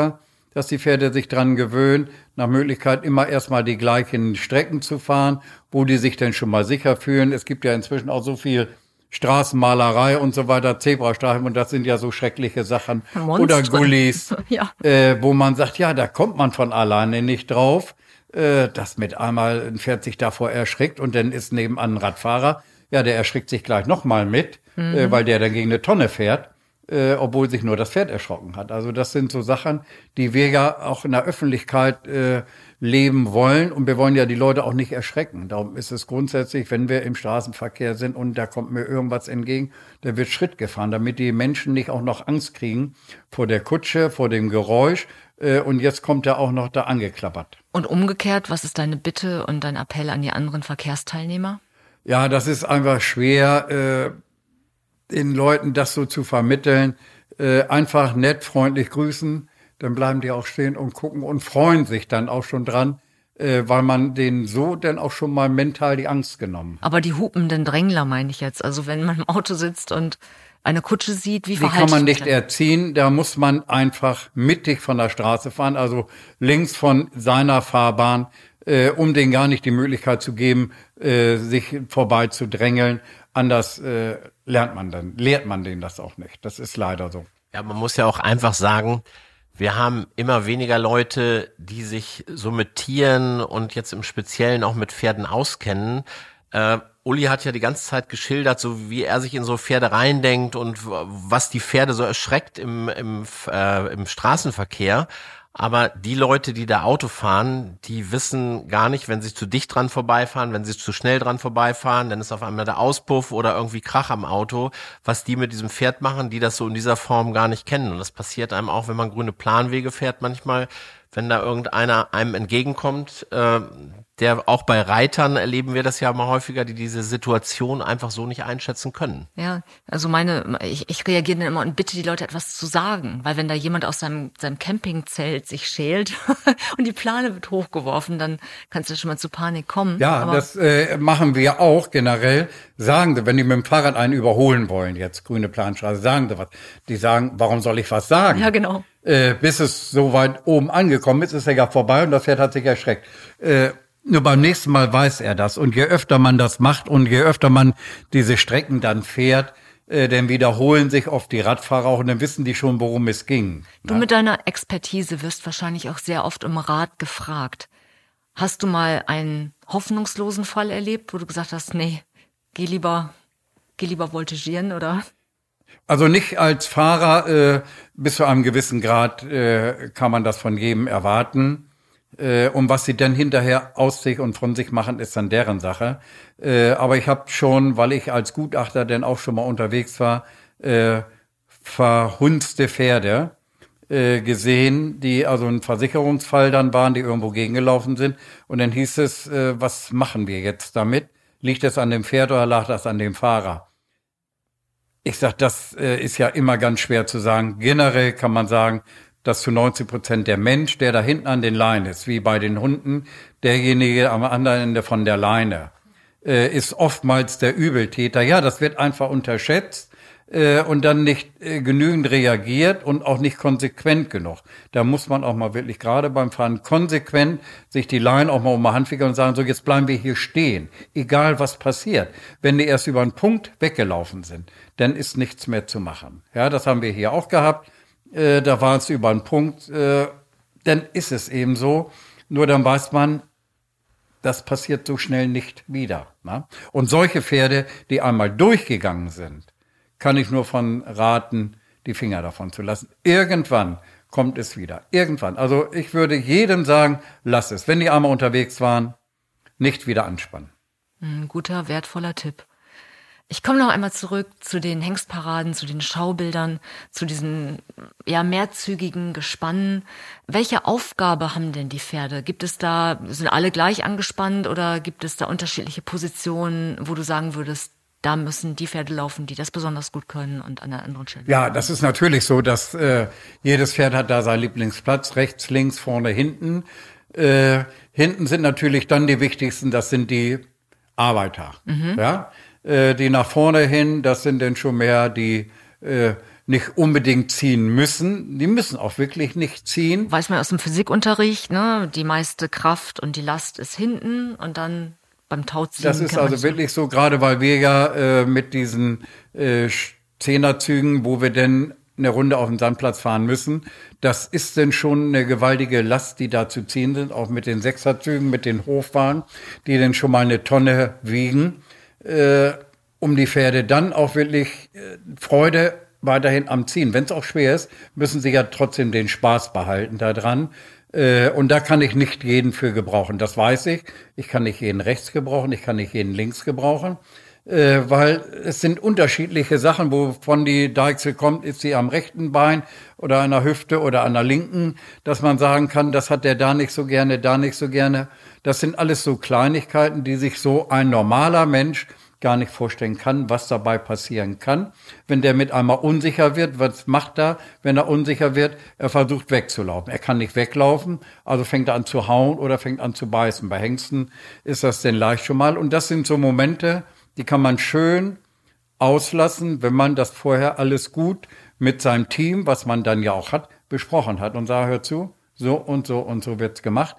dass die Pferde sich dran gewöhnen, nach Möglichkeit immer erstmal die gleichen Strecken zu fahren, wo die sich denn schon mal sicher fühlen. Es gibt ja inzwischen auch so viel Straßenmalerei und so weiter, Zebrastreifen, und das sind ja so schreckliche Sachen. Monster. Oder Gullis, ja. äh, wo man sagt, ja, da kommt man von alleine nicht drauf, äh, dass mit einmal ein Pferd sich davor erschrickt und dann ist nebenan ein Radfahrer, ja, der erschrickt sich gleich nochmal mit, mhm. äh, weil der dann gegen eine Tonne fährt, äh, obwohl sich nur das Pferd erschrocken hat. Also das sind so Sachen, die wir ja auch in der Öffentlichkeit äh, leben wollen, und wir wollen ja die Leute auch nicht erschrecken. Darum ist es grundsätzlich, wenn wir im Straßenverkehr sind und da kommt mir irgendwas entgegen, da wird Schritt gefahren, damit die Menschen nicht auch noch Angst kriegen vor der Kutsche, vor dem Geräusch, äh, und jetzt kommt er auch noch da angeklappert. Und umgekehrt, was ist deine Bitte und dein Appell an die anderen Verkehrsteilnehmer? Ja, das ist einfach schwer, äh, den Leuten das so zu vermitteln. Äh, einfach nett, freundlich grüßen, dann bleiben die auch stehen und gucken und freuen sich dann auch schon dran, äh, weil man denen so dann auch schon mal mental die Angst genommen hat. Aber die hupenden Drängler meine ich jetzt. Also wenn man im Auto sitzt und eine Kutsche sieht, wie Die verhalte kann man ich mich nicht denn? erziehen, da muss man einfach mittig von der Straße fahren, also links von seiner Fahrbahn, äh, um denen gar nicht die Möglichkeit zu geben, äh, sich vorbei zu drängeln. Anders äh, lernt man dann, lehrt man denen das auch nicht. Das ist leider so. Ja, man muss ja auch einfach sagen, wir haben immer weniger Leute, die sich so mit Tieren und jetzt im Speziellen auch mit Pferden auskennen. Äh, Uli hat ja die ganze Zeit geschildert, so wie er sich in so Pferde reindenkt und was die Pferde so erschreckt im, im, äh, im Straßenverkehr. Aber die Leute, die da Auto fahren, die wissen gar nicht, wenn sie zu dicht dran vorbeifahren, wenn sie zu schnell dran vorbeifahren, dann ist auf einmal der Auspuff oder irgendwie Krach am Auto, was die mit diesem Pferd machen, die das so in dieser Form gar nicht kennen. Und das passiert einem auch, wenn man grüne Planwege fährt manchmal, wenn da irgendeiner einem entgegenkommt, äh, der auch bei Reitern erleben wir das ja mal häufiger, die diese Situation einfach so nicht einschätzen können. Ja, also meine, ich, ich reagiere dann immer und bitte die Leute etwas zu sagen, weil wenn da jemand aus seinem, seinem Campingzelt sich schält und die Plane wird hochgeworfen, dann kannst du schon mal zu Panik kommen. Ja, Aber das äh, machen wir auch generell. Sagen sie, wenn die mit dem Fahrrad einen überholen wollen, jetzt grüne Planstraße, sagen sie was. Die sagen, warum soll ich was sagen? Ja, genau. Äh, bis es so weit oben angekommen ist, ist er ja vorbei und das Pferd hat sich erschreckt. Äh, Nur beim nächsten Mal weiß er das. Und je öfter man das macht und je öfter man diese Strecken dann fährt, äh, dann wiederholen sich oft die Radfahrer auch und dann wissen die schon, worum es ging. Du mit deiner Expertise wirst wahrscheinlich auch sehr oft um Rat gefragt. Hast du mal einen hoffnungslosen Fall erlebt, wo du gesagt hast, nee, geh lieber, geh lieber voltigieren, oder? Also nicht als Fahrer, äh, bis zu einem gewissen Grad äh, kann man das von jedem erwarten. Äh, und was sie dann hinterher aus sich und von sich machen, ist dann deren Sache. Äh, aber ich habe schon, weil ich als Gutachter dann auch schon mal unterwegs war, äh, verhunzte Pferde äh, gesehen, die also ein Versicherungsfall dann waren, die irgendwo gegengelaufen sind. Und dann hieß es, äh, was machen wir jetzt damit? Liegt es an dem Pferd oder lag das an dem Fahrer? Ich sag, das äh, ist ja immer ganz schwer zu sagen. Generell kann man sagen, dass zu neunzig Prozent der Mensch, der da hinten an den Leinen ist, wie bei den Hunden, derjenige am anderen Ende von der Leine, äh, ist oftmals der Übeltäter. Ja, das wird einfach unterschätzt äh, und dann nicht äh, genügend reagiert und auch nicht konsequent genug. Da muss man auch mal wirklich gerade beim Fahren konsequent sich die Leine auch mal um die Hand wickeln und sagen, so jetzt bleiben wir hier stehen, egal was passiert. Wenn die erst über einen Punkt weggelaufen sind, dann ist nichts mehr zu machen. Ja, das haben wir hier auch gehabt. Äh, da war es über einen Punkt, äh, dann ist es eben so. Nur dann weiß man, das passiert so schnell nicht wieder. Ne? Und solche Pferde, die einmal durchgegangen sind, kann ich nur von raten, die Finger davon zu lassen. Irgendwann kommt es wieder. Irgendwann. Also ich würde jedem sagen, lass es. Wenn die einmal unterwegs waren, nicht wieder anspannen. Ein guter, wertvoller Tipp. Ich komme noch einmal zurück zu den Hengstparaden, zu den Schaubildern, zu diesen ja mehrzügigen Gespannen. Welche Aufgabe haben denn die Pferde? Gibt es da, sind alle gleich angespannt oder gibt es da unterschiedliche Positionen, wo du sagen würdest, da müssen die Pferde laufen, die das besonders gut können und an einer anderen Stelle? Ja, das ist natürlich so, dass äh, jedes Pferd hat da seinen Lieblingsplatz, rechts, links, vorne, hinten. Äh, hinten sind natürlich dann die wichtigsten, das sind die Arbeiter. Mhm. Ja. Die nach vorne hin, das sind dann schon mehr die, äh, nicht unbedingt ziehen müssen. Die müssen auch wirklich nicht ziehen. Weiß man aus dem Physikunterricht, ne? Die meiste Kraft und die Last ist hinten und dann beim Tauziehen. Das ist also wirklich so, gerade weil wir ja äh, mit diesen äh, Zehnerzügen, wo wir denn eine Runde auf dem Sandplatz fahren müssen, das ist denn schon eine gewaltige Last, die da zu ziehen sind, auch mit den Sechserzügen, mit den Hochwagen, die dann schon mal eine Tonne wiegen, äh, um die Pferde dann auch wirklich äh, Freude weiterhin am Ziehen. Wenn es auch schwer ist, müssen sie ja trotzdem den Spaß behalten daran. Äh, und da kann ich nicht jeden für gebrauchen, das weiß ich. Ich kann nicht jeden rechts gebrauchen, ich kann nicht jeden links gebrauchen. Äh, weil es sind unterschiedliche Sachen, wovon die Deichsel kommt, ist sie am rechten Bein oder an der Hüfte oder an der linken, dass man sagen kann, das hat der da nicht so gerne, da nicht so gerne. Das sind alles so Kleinigkeiten, die sich so ein normaler Mensch gar nicht vorstellen kann, was dabei passieren kann. Wenn der mit einmal unsicher wird, was macht er, wenn er unsicher wird? Er versucht wegzulaufen. Er kann nicht weglaufen, also fängt er an zu hauen oder fängt an zu beißen. Bei Hengsten ist das denn leicht schon mal. Und das sind so Momente, die kann man schön auslassen, wenn man das vorher alles gut mit seinem Team, was man dann ja auch hat, besprochen hat und sagt, hör zu, so und so und so wird's gemacht.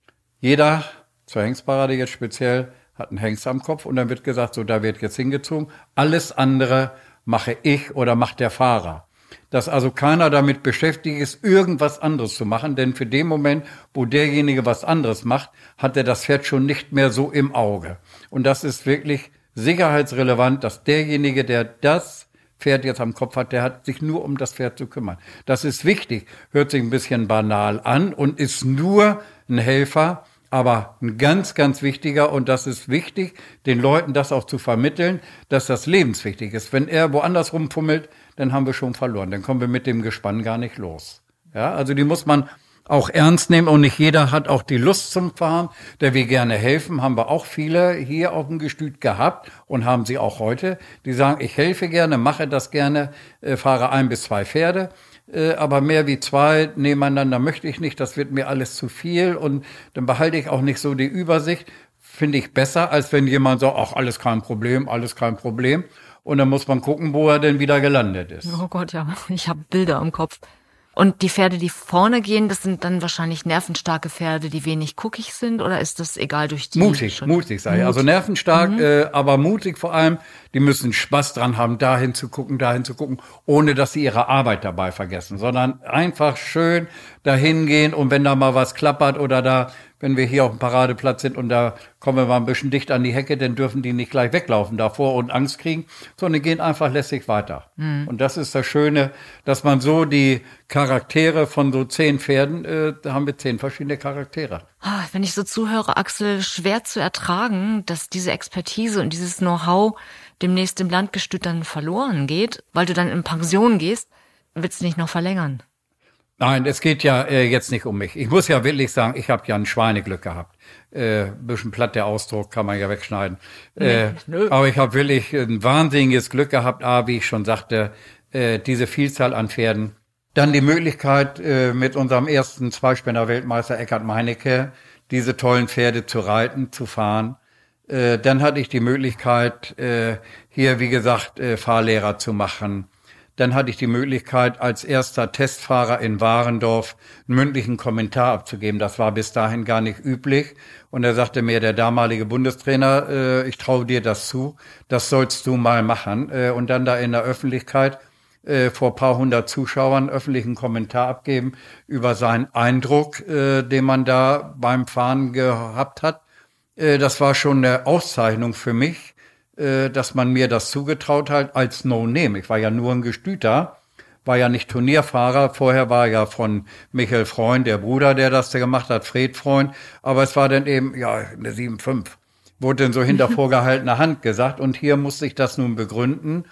Jeder, zur Hengstparade jetzt speziell, hat einen Hengst am Kopf und dann wird gesagt, so, da wird jetzt hingezogen. Alles andere mache ich oder macht der Fahrer. Dass also keiner damit beschäftigt ist, irgendwas anderes zu machen, denn für den Moment, wo derjenige was anderes macht, hat er das Pferd schon nicht mehr so im Auge. Und das ist wirklich sicherheitsrelevant, dass derjenige, der das Pferd jetzt am Kopf hat, der hat sich nur um das Pferd zu kümmern. Das ist wichtig, hört sich ein bisschen banal an und ist nur ein Helfer, aber ein ganz, ganz wichtiger, und das ist wichtig, den Leuten das auch zu vermitteln, dass das lebenswichtig ist. Wenn er woanders rumfummelt, dann haben wir schon verloren. Dann kommen wir mit dem Gespann gar nicht los. Ja, also die muss man auch ernst nehmen und nicht jeder hat auch die Lust zum Fahren, der will gerne helfen, haben wir auch viele hier auf dem Gestüt gehabt und haben sie auch heute, die sagen, ich helfe gerne, mache das gerne, äh, fahre ein bis zwei Pferde, äh, aber mehr wie zwei nebeneinander möchte ich nicht, das wird mir alles zu viel und dann behalte ich auch nicht so die Übersicht, finde ich besser, als wenn jemand sagt, ach, alles kein Problem, alles kein Problem und dann muss man gucken, wo er denn wieder gelandet ist. Oh Gott, ja, ich habe Bilder im Kopf. Und die Pferde, die vorne gehen, das sind dann wahrscheinlich nervenstarke Pferde, die wenig guckig sind, oder ist das egal durch die? Mutig, schon? mutig sei. Also nervenstark, mhm. äh, aber mutig vor allem. Die müssen Spaß dran haben, dahin zu gucken, dahin zu gucken, ohne dass sie ihre Arbeit dabei vergessen, sondern einfach schön dahin gehen und wenn da mal was klappert oder da, wenn wir hier auf dem Paradeplatz sind und da kommen wir mal ein bisschen dicht an die Hecke, dann dürfen die nicht gleich weglaufen davor und Angst kriegen, sondern gehen einfach lässig weiter. Mhm. Und das ist das Schöne, dass man so die Charaktere von so zehn Pferden, äh, da haben wir zehn verschiedene Charaktere. Wenn ich so zuhöre, Axel, schwer zu ertragen, dass diese Expertise und dieses Know-how demnächst im Landgestüt dann verloren geht, weil du dann in Pension gehst, willst du nicht noch verlängern? Nein, es geht ja äh, jetzt nicht um mich. Ich muss ja wirklich sagen, ich habe ja ein Schweineglück gehabt. Äh, bisschen platt der Ausdruck, kann man ja wegschneiden. Äh, nee, aber ich habe wirklich ein wahnsinniges Glück gehabt, A, wie ich schon sagte, äh, diese Vielzahl an Pferden. Dann die Möglichkeit, äh, mit unserem ersten Zweispänner-Weltmeister Eckhard Meinecke diese tollen Pferde zu reiten, zu fahren. Äh, dann hatte ich die Möglichkeit, äh, hier, wie gesagt, äh, Fahrlehrer zu machen. Dann hatte ich die Möglichkeit, als erster Testfahrer in Warendorf einen mündlichen Kommentar abzugeben. Das war bis dahin gar nicht üblich. Und er sagte mir, der damalige Bundestrainer, äh, ich traue dir das zu, das sollst du mal machen. Äh, und dann da in der Öffentlichkeit äh, vor paar hundert Zuschauern öffentlichen Kommentar abgeben über seinen Eindruck, äh, den man da beim Fahren gehabt hat. Äh, das war schon eine Auszeichnung für mich, dass man mir das zugetraut hat als No-Name. Ich war ja nur ein Gestüter, war ja nicht Turnierfahrer. Vorher war ja von Michael Freund, der Bruder, der das gemacht hat, Fred Freund. Aber es war dann eben, ja, eine sieben fünf. Wurde dann so hinter vorgehaltener Hand gesagt. Und hier musste ich das nun begründen.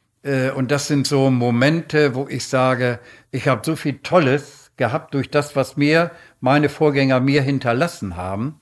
Und das sind so Momente, wo ich sage, ich habe so viel Tolles gehabt durch das, was mir meine Vorgänger mir hinterlassen haben,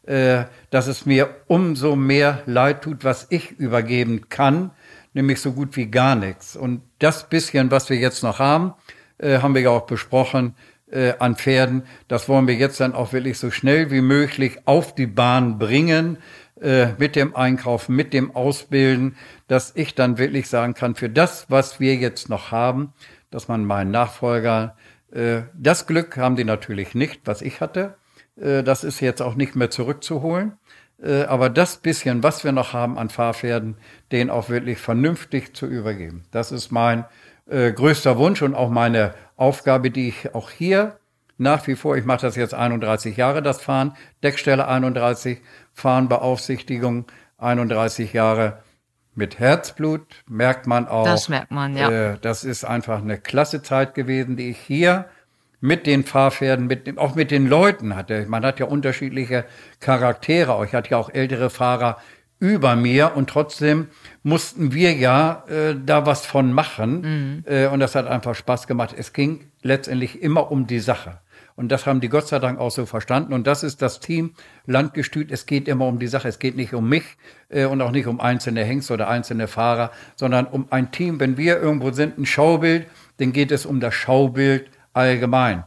dass es mir umso mehr leid tut, was ich übergeben kann, nämlich so gut wie gar nichts. Und das bisschen, was wir jetzt noch haben, äh, haben wir ja auch besprochen, äh, an Pferden, das wollen wir jetzt dann auch wirklich so schnell wie möglich auf die Bahn bringen, äh, mit dem Einkaufen, mit dem Ausbilden, dass ich dann wirklich sagen kann, für das, was wir jetzt noch haben, dass man meinen Nachfolger, äh, das Glück haben die natürlich nicht, was ich hatte. Äh, das ist jetzt auch nicht mehr zurückzuholen. Äh, aber das bisschen, was wir noch haben an Fahrpferden, den auch wirklich vernünftig zu übergeben. Das ist mein äh, größter Wunsch und auch meine Aufgabe, die ich auch hier nach wie vor, ich mache das jetzt einunddreißig Jahre, das Fahren, Deckstelle einunddreißig, Fahrenbeaufsichtigung einunddreißig Jahre, mit Herzblut, merkt man auch. Das merkt man, ja. Äh, das ist einfach eine klasse Zeit gewesen, die ich hier mit den Fahrpferden, mit dem, auch mit den Leuten hatte. Man hat ja unterschiedliche Charaktere. Ich hatte ja auch ältere Fahrer über mir und trotzdem mussten wir ja äh, da was von machen. Mhm. Äh, und das hat einfach Spaß gemacht. Es ging letztendlich immer um die Sache. Und das haben die Gott sei Dank auch so verstanden. Und das ist das Team Landgestüt. Es geht immer um die Sache. Es geht nicht um mich äh, und auch nicht um einzelne Hengste oder einzelne Fahrer, sondern um ein Team. Wenn wir irgendwo sind, ein Schaubild, dann geht es um das Schaubild allgemein.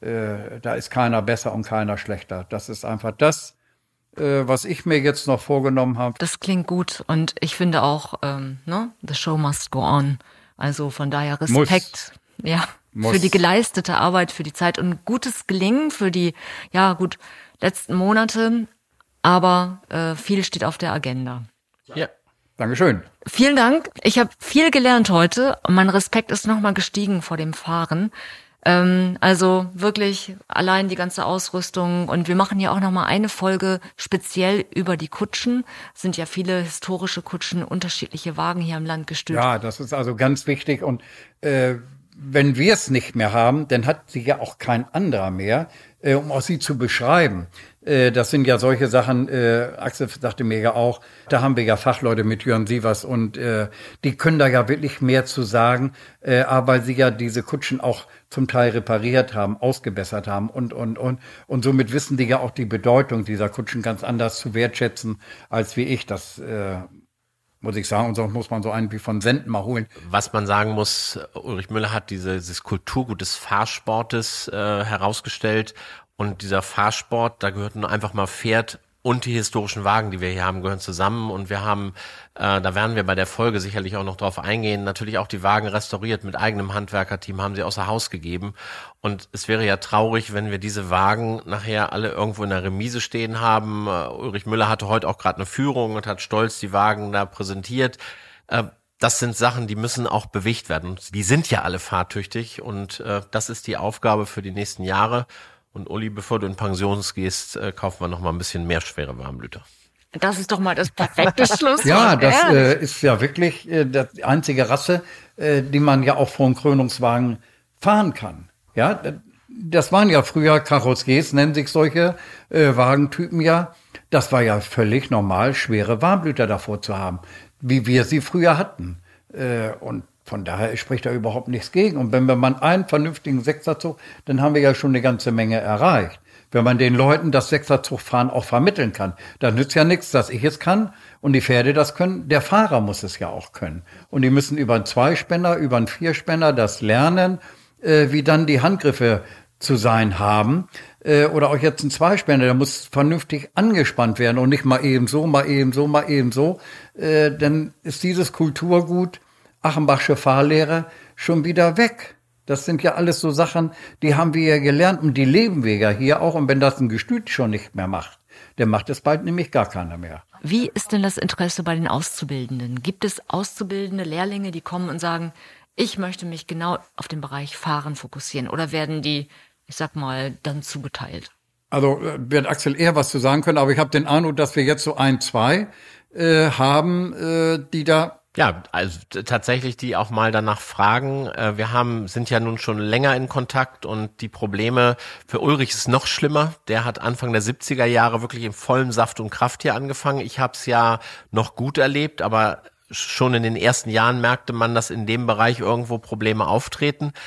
Äh, da ist keiner besser und keiner schlechter. Das ist einfach das, äh, was ich mir jetzt noch vorgenommen habe. Das klingt gut. Und ich finde auch, ähm, ne, the show must go on. Also von daher Respekt. Muss. Ja. Muss. Für die geleistete Arbeit, für die Zeit und gutes Gelingen für die, ja gut, letzten Monate. Aber äh, viel steht auf der Agenda. Ja. Dankeschön. Vielen Dank. Ich habe viel gelernt heute und mein Respekt ist nochmal gestiegen vor dem Fahren. Ähm, also wirklich allein die ganze Ausrüstung. Und wir machen ja auch nochmal eine Folge speziell über die Kutschen. Es sind ja viele historische Kutschen, unterschiedliche Wagen hier im Landgestüt. Ja, das ist also ganz wichtig. Und äh, wenn wir es nicht mehr haben, dann hat sie ja auch kein anderer mehr, äh, um auch sie zu beschreiben. Äh, das sind ja solche Sachen, äh, Axel sagte mir ja auch, da haben wir ja Fachleute mit Jörn Sievers und äh, die können da ja wirklich mehr zu sagen, äh, aber weil sie ja diese Kutschen auch zum Teil repariert haben, ausgebessert haben und, und, und, und somit wissen die ja auch die Bedeutung dieser Kutschen ganz anders zu wertschätzen, als wie ich das äh, muss ich sagen, und sonst muss man so einen wie von Senden mal holen. Was man sagen muss, Ulrich Müller hat diese, dieses Kulturgut des Fahrsportes äh, herausgestellt. Und dieser Fahrsport, da gehört nur einfach mal Pferd und die historischen Wagen, die wir hier haben, gehören zusammen. Und wir haben, äh, da werden wir bei der Folge sicherlich auch noch drauf eingehen, natürlich auch die Wagen restauriert mit eigenem Handwerkerteam, haben sie außer Haus gegeben. Und es wäre ja traurig, wenn wir diese Wagen nachher alle irgendwo in der Remise stehen haben. Uh, Ulrich Müller hatte heute auch gerade eine Führung und hat stolz die Wagen da präsentiert. Uh, das sind Sachen, die müssen auch bewegt werden. Und die sind ja alle fahrtüchtig und uh, das ist die Aufgabe für die nächsten Jahre. Und Uli, bevor du in Pension gehst, uh, kaufen wir noch mal ein bisschen mehr schwere Warmblüter. Das ist doch mal das perfekte Schlusswort. Ja, das äh, ist ja wirklich äh, die einzige Rasse, äh, die man ja auch vor einem Krönungswagen fahren kann. Ja, das waren ja früher Karossiers, nennen sich solche äh, Wagentypen ja. Das war ja völlig normal, schwere Warmblüter davor zu haben, wie wir sie früher hatten. Äh, und von daher spricht da überhaupt nichts gegen. Und wenn wir mal einen vernünftigen Sechserzug, dann haben wir ja schon eine ganze Menge erreicht. Wenn man den Leuten das Sechserzugfahren auch vermitteln kann, dann nützt ja nichts, dass ich es kann und die Pferde das können. Der Fahrer muss es ja auch können. Und die müssen über einen Zweispänner, über einen Vierspänner das lernen, äh, wie dann die Handgriffe zu sein haben. Äh, oder auch jetzt ein Zweispänner, der muss vernünftig angespannt werden und nicht mal eben so, mal eben so, mal eben so. Äh, dann ist dieses Kulturgut, Achenbachsche Fahrlehre, schon wieder weg. Das sind ja alles so Sachen, die haben wir ja gelernt und die leben wir ja hier auch. Und wenn das ein Gestüt schon nicht mehr macht, dann macht es bald nämlich gar keiner mehr. Wie ist denn das Interesse bei den Auszubildenden? Gibt es Auszubildende, Lehrlinge, die kommen und sagen, ich möchte mich genau auf den Bereich Fahren fokussieren? Oder werden die, ich sag mal, dann zugeteilt? Also wird Axel eher was zu sagen können, aber ich habe den Eindruck, dass wir jetzt so ein, zwei äh, haben, äh, die da... Ja, also tatsächlich, die auch mal danach fragen. Wir haben, sind ja nun schon länger in Kontakt und die Probleme für Ulrich ist noch schlimmer. Der hat Anfang der siebziger Jahre wirklich in vollem Saft und Kraft hier angefangen. Ich habe es ja noch gut erlebt, aber schon in den ersten Jahren merkte man, dass in dem Bereich irgendwo Probleme auftreten.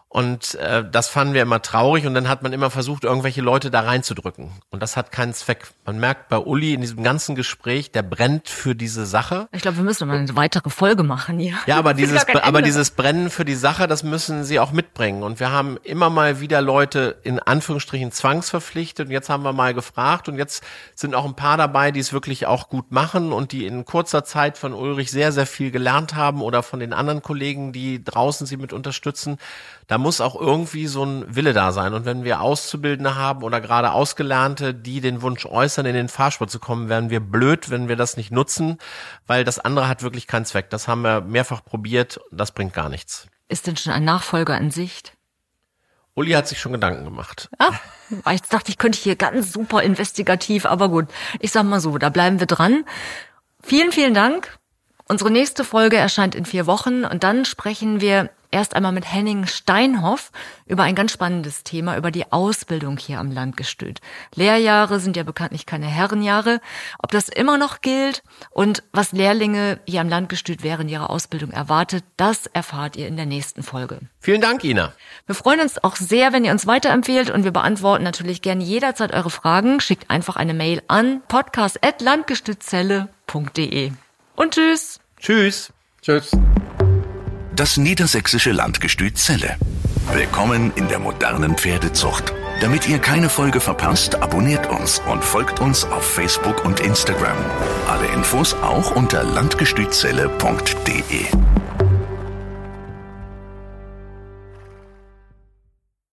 Und äh, das fanden wir immer traurig und dann hat man immer versucht, irgendwelche Leute da reinzudrücken. Und das hat keinen Zweck. Man merkt bei Uli in diesem ganzen Gespräch, der brennt für diese Sache. Ich glaube, wir müssen mal eine weitere Folge machen hier. Ja, aber dieses, aber dieses Brennen für die Sache, das müssen sie auch mitbringen. Und wir haben immer mal wieder Leute in Anführungsstrichen zwangsverpflichtet. Und jetzt haben wir mal gefragt. Und jetzt sind auch ein paar dabei, die es wirklich auch gut machen und die in kurzer Zeit von Ulrich sehr, sehr viel gelernt haben oder von den anderen Kollegen, die draußen sie mit unterstützen. Da muss auch irgendwie so ein Wille da sein. Und wenn wir Auszubildende haben oder gerade Ausgelernte, die den Wunsch äußern, in den Fahrsport zu kommen, werden wir blöd, wenn wir das nicht nutzen, weil das andere hat wirklich keinen Zweck. Das haben wir mehrfach probiert, das bringt gar nichts. Ist denn schon ein Nachfolger in Sicht? Uli hat sich schon Gedanken gemacht. Ah, jetzt dachte ich, könnte ich hier ganz super investigativ, aber gut. Ich sag mal so, da bleiben wir dran. Vielen, vielen Dank. Unsere nächste Folge erscheint in vier Wochen und dann sprechen wir erst einmal mit Henning Steinhoff über ein ganz spannendes Thema, über die Ausbildung hier am Landgestüt. Lehrjahre sind ja bekanntlich keine Herrenjahre. Ob das immer noch gilt und was Lehrlinge hier am Landgestüt während ihrer Ausbildung erwartet, das erfahrt ihr in der nächsten Folge. Vielen Dank, Ina. Wir freuen uns auch sehr, wenn ihr uns weiterempfehlt und wir beantworten natürlich gerne jederzeit eure Fragen. Schickt einfach eine Mail an podcast at landgestützelle punkt de. Und tschüss. Tschüss. Tschüss. Das niedersächsische Landgestüt Celle. Willkommen in der modernen Pferdezucht. Damit ihr keine Folge verpasst, abonniert uns und folgt uns auf Facebook und Instagram. Alle Infos auch unter landgestützelle punkt de.